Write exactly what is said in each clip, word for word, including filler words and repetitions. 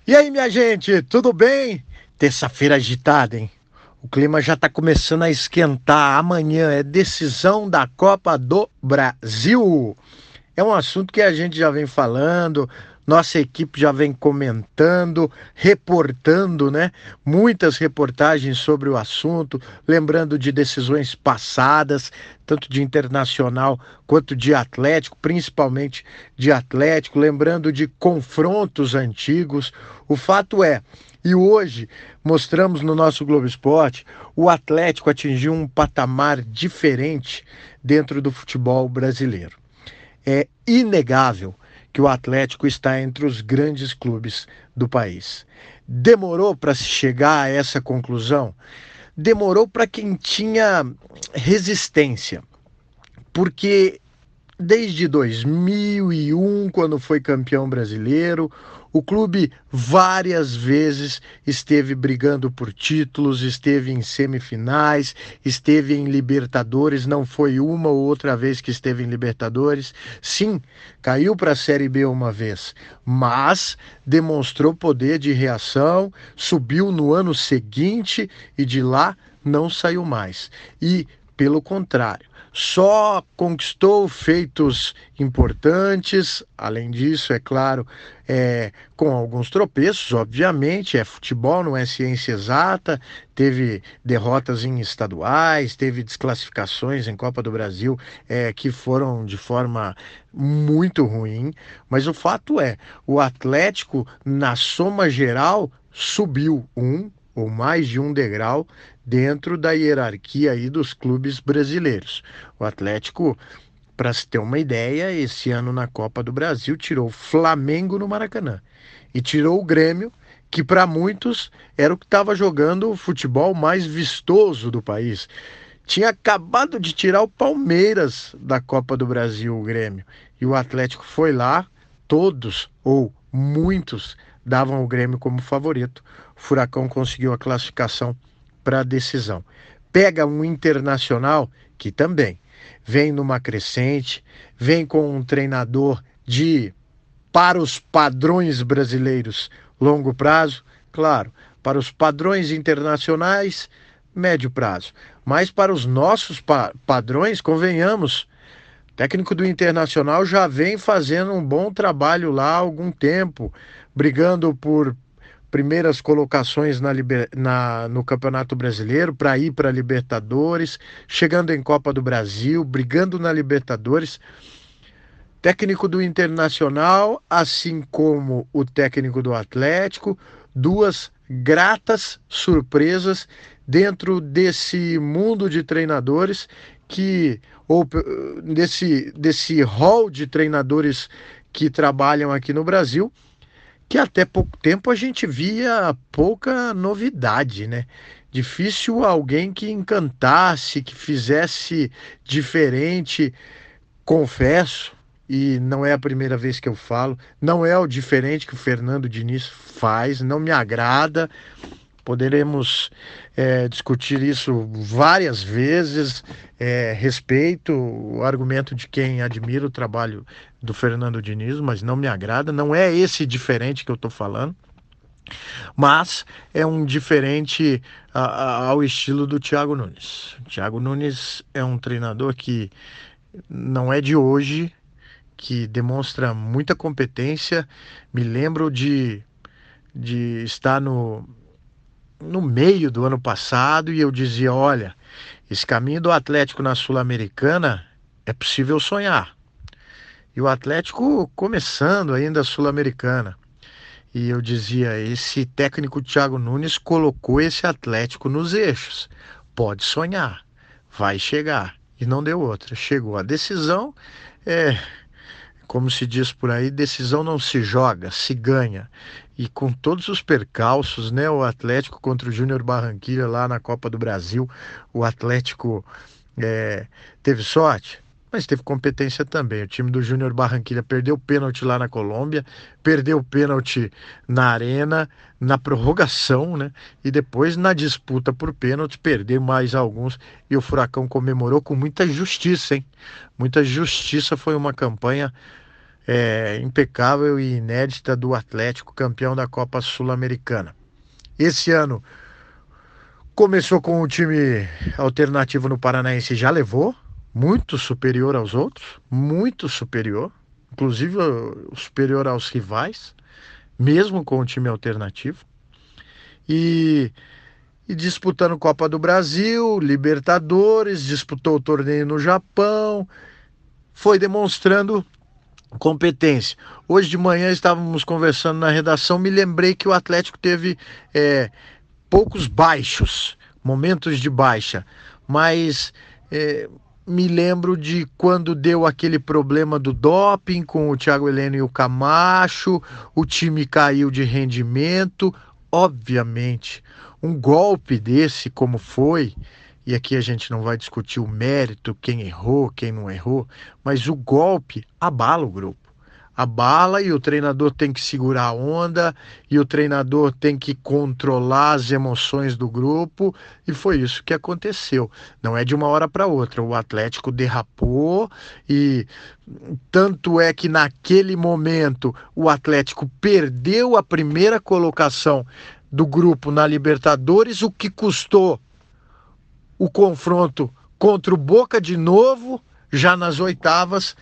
E aí, minha gente, tudo bem? Terça-feira agitada, hein? O clima já tá começando a esquentar. Amanhã é decisão da Copa do Brasil. É um assunto que a gente já vem falando, nossa equipe já vem comentando, reportando, né? Muitas reportagens sobre o assunto, lembrando de decisões passadas, tanto de Internacional quanto de Atlético, principalmente de Atlético, lembrando de confrontos antigos. O fato é, e hoje mostramos no nosso Globo Esporte, o Atlético atingiu um patamar diferente dentro do futebol brasileiro. É inegável que o Atlético está entre os grandes clubes do país. Demorou para se chegar a essa conclusão? Demorou para quem tinha resistência, porque desde dois mil e um, quando foi campeão brasileiro, o clube várias vezes esteve brigando por títulos, esteve em semifinais, esteve em Libertadores, não foi uma ou outra vez que esteve em Libertadores. Sim, caiu para a Série B uma vez, mas demonstrou poder de reação, subiu no ano seguinte e de lá não saiu mais. E, pelo contrário, só conquistou feitos importantes, além disso, é claro, é, com alguns tropeços, obviamente, é futebol, não é ciência exata, teve derrotas em estaduais, teve desclassificações em Copa do Brasil é, que foram de forma muito ruim, mas o fato é, o Atlético, na soma geral, subiu um ou mais de um degrau dentro da hierarquia aí dos clubes brasileiros. O Atlético, para se ter uma ideia, esse ano na Copa do Brasil tirou o Flamengo no Maracanã e tirou o Grêmio, que para muitos era o que estava jogando o futebol mais vistoso do país. Tinha acabado de tirar o Palmeiras da Copa do Brasil, o Grêmio, e o Atlético foi lá, todos ou muitos davam o Grêmio como favorito. O Furacão conseguiu a classificação para a decisão. Pega um Internacional que também vem numa crescente, vem com um treinador de, para os padrões brasileiros, longo prazo, claro, para os padrões internacionais, médio prazo. Mas para os nossos pa padrões, convenhamos, o técnico do Internacional já vem fazendo um bom trabalho lá há algum tempo, brigando por primeiras colocações na, na, no Campeonato Brasileiro para ir para a Libertadores, chegando em Copa do Brasil, brigando na Libertadores. Técnico do Internacional, assim como o técnico do Atlético, duas gratas surpresas dentro desse mundo de treinadores que, ou desse, desse hall de treinadores que trabalham aqui no Brasil, que até pouco tempo a gente via pouca novidade, né? Difícil alguém que encantasse, que fizesse diferente, confesso, e não é a primeira vez que eu falo, não é o diferente que o Fernando Diniz faz, não me agrada. Poderemos é, discutir isso várias vezes. É, respeito o argumento de quem admira o trabalho do Fernando Diniz, mas não me agrada. Não é esse diferente que eu estou falando, mas é um diferente a, a, ao estilo do Thiago Nunes. O Thiago Nunes é um treinador que não é de hoje, que demonstra muita competência. Me lembro de, de estar no no meio do ano passado e eu dizia, olha, esse caminho do Atlético na Sul-Americana é possível sonhar. E o Atlético começando ainda a Sul-Americana. E eu dizia, esse técnico Thiago Nunes colocou esse Atlético nos eixos. Pode sonhar, vai chegar. E não deu outra. Chegou a decisão, é, como se diz por aí, decisão não se joga, se ganha. E com todos os percalços, né? O Atlético contra o Júnior Barranquilla lá na Copa do Brasil, o Atlético é, teve sorte, mas teve competência também. O time do Júnior Barranquilla perdeu o pênalti lá na Colômbia, perdeu o pênalti na Arena, na prorrogação, né? E depois na disputa por pênalti, perdeu mais alguns e o Furacão comemorou com muita justiça, hein? Muita justiça, foi uma campanha é, impecável e inédita do Atlético, campeão da Copa Sul-Americana. Esse ano começou com o time alternativo no Paranaense, já levou, muito superior aos outros, muito superior, inclusive uh, superior aos rivais, mesmo com o time alternativo. E, e disputando Copa do Brasil, Libertadores, disputou o torneio no Japão, foi demonstrando competência. Hoje de manhã estávamos conversando na redação, me lembrei que o Atlético teve é, poucos baixos, momentos de baixa, mas é, me lembro de quando deu aquele problema do doping com o Thiago Heleno e o Camacho, o time caiu de rendimento. Obviamente, um golpe desse como foi, e aqui a gente não vai discutir o mérito, quem errou, quem não errou, mas o golpe abala o grupo. Abala e o treinador tem que segurar a onda e o treinador tem que controlar as emoções do grupo, e foi isso que aconteceu. Não é de uma hora para outra, o Atlético derrapou, e tanto é que naquele momento o Atlético perdeu a primeira colocação do grupo na Libertadores, o que custou o confronto contra o Boca de novo, já nas oitavas,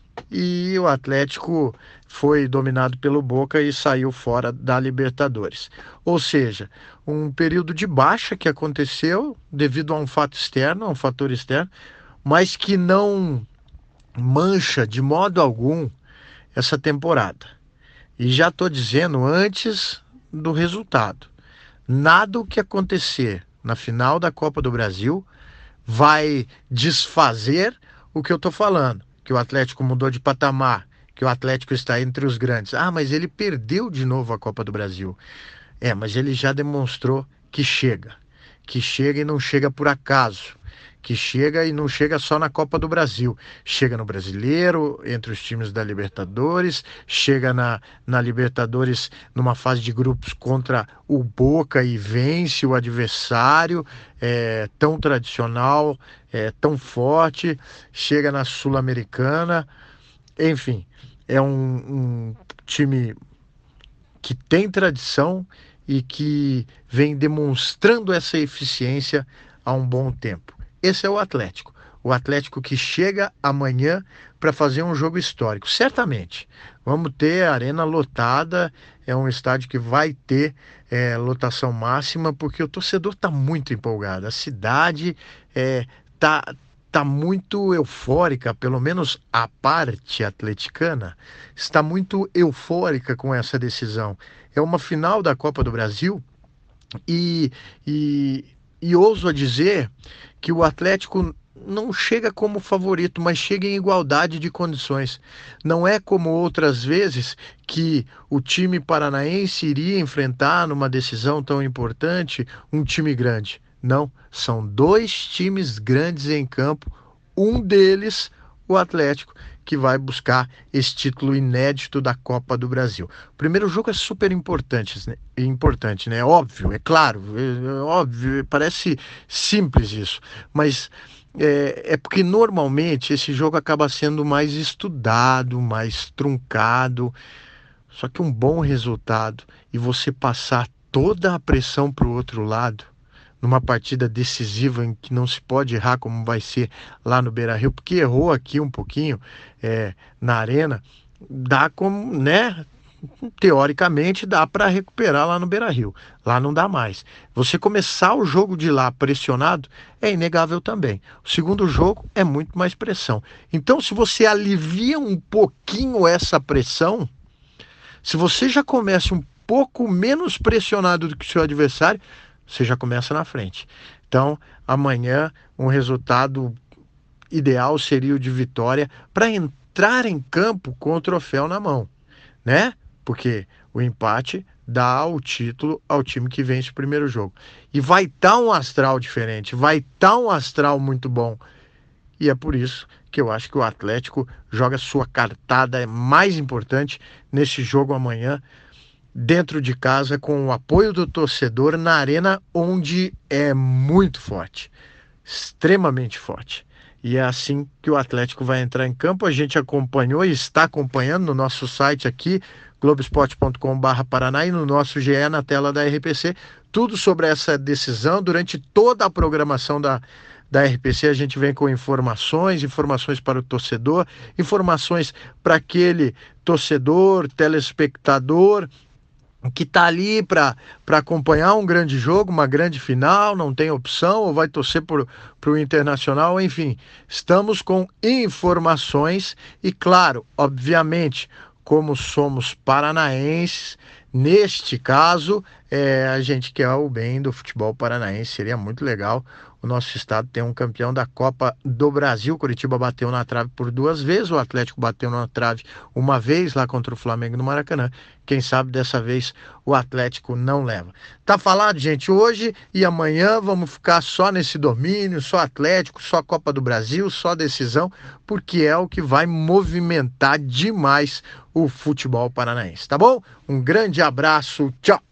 e o Atlético foi dominado pelo Boca e saiu fora da Libertadores. Ou seja, um período de baixa que aconteceu devido a um fato externo, a um fator externo, mas que não mancha de modo algum essa temporada. E já estou dizendo antes do resultado. Nada o que acontecer na final da Copa do Brasil vai desfazer o que eu estou falando, que o Atlético mudou de patamar, que o Atlético está entre os grandes. Ah, mas ele perdeu de novo a Copa do Brasil. É, mas ele já demonstrou que chega, que chega e não chega por acaso, que chega e não chega só na Copa do Brasil, chega no Brasileiro, entre os times da Libertadores, chega na, na Libertadores numa fase de grupos contra o Boca e vence o adversário, é, tão tradicional, é, tão forte, chega na Sul-Americana, enfim, é um, um time que tem tradição e que vem demonstrando essa eficiência há um bom tempo. Esse é o Atlético. O Atlético que chega amanhã para fazer um jogo histórico. Certamente. Vamos ter a arena lotada. É um estádio que vai ter é, lotação máxima, porque o torcedor está muito empolgado. A cidade está é, tá muito eufórica, pelo menos a parte atleticana está muito eufórica com essa decisão. É uma final da Copa do Brasil e, e, e ouso a dizer que o Atlético não chega como favorito, mas chega em igualdade de condições. Não é como outras vezes que o time paranaense iria enfrentar numa decisão tão importante um time grande. Não, são dois times grandes em campo, um deles, o Atlético, que vai buscar esse título inédito da Copa do Brasil. O primeiro jogo é super importante, né? importante, né? Óbvio, é claro, é, é óbvio, parece simples isso, mas é, é porque normalmente esse jogo acaba sendo mais estudado, mais truncado. Só que um bom resultado e você passar toda a pressão para o outro lado, numa partida decisiva em que não se pode errar como vai ser lá no Beira-Rio, porque errou aqui um pouquinho é, na arena, dá como, né, teoricamente dá para recuperar lá no Beira-Rio, lá não dá mais. Você começar o jogo de lá pressionado é inegável também. O segundo jogo é muito mais pressão. Então, se você alivia um pouquinho essa pressão, se você já começa um pouco menos pressionado do que o seu adversário, você já começa na frente. Então, amanhã, um resultado ideal seria o de vitória para entrar em campo com o troféu na mão, né? Porque o empate dá o título ao time que vence o primeiro jogo. E vai estar um astral diferente, vai estar um astral muito bom. E é por isso que eu acho que o Atlético joga sua cartada mais importante nesse jogo amanhã, dentro de casa, com o apoio do torcedor na arena, onde é muito forte, extremamente forte. E é assim que o Atlético vai entrar em campo. A gente acompanhou e está acompanhando no nosso site aqui, globoesporte ponto com ponto br Paraná, e no nosso G E, na tela da R P C, tudo sobre essa decisão. Durante toda a programação da, da R P C, a gente vem com informações, informações para o torcedor, informações para aquele torcedor, telespectador, que está ali para acompanhar um grande jogo, uma grande final, não tem opção, ou vai torcer para o Internacional, enfim. Estamos com informações e, claro, obviamente, como somos paranaenses, neste caso, é, a gente quer o bem do futebol paranaense. Seria muito legal o nosso estado ter um campeão da Copa do Brasil. Curitiba bateu na trave por duas vezes, o Atlético bateu na trave uma vez lá contra o Flamengo no Maracanã. Quem sabe dessa vez o Atlético não leva. Tá falado, gente, hoje e amanhã vamos ficar só nesse domínio, só Atlético, só Copa do Brasil, só decisão, porque é o que vai movimentar demais o futebol paranaense, tá bom? Um grande abraço, tchau!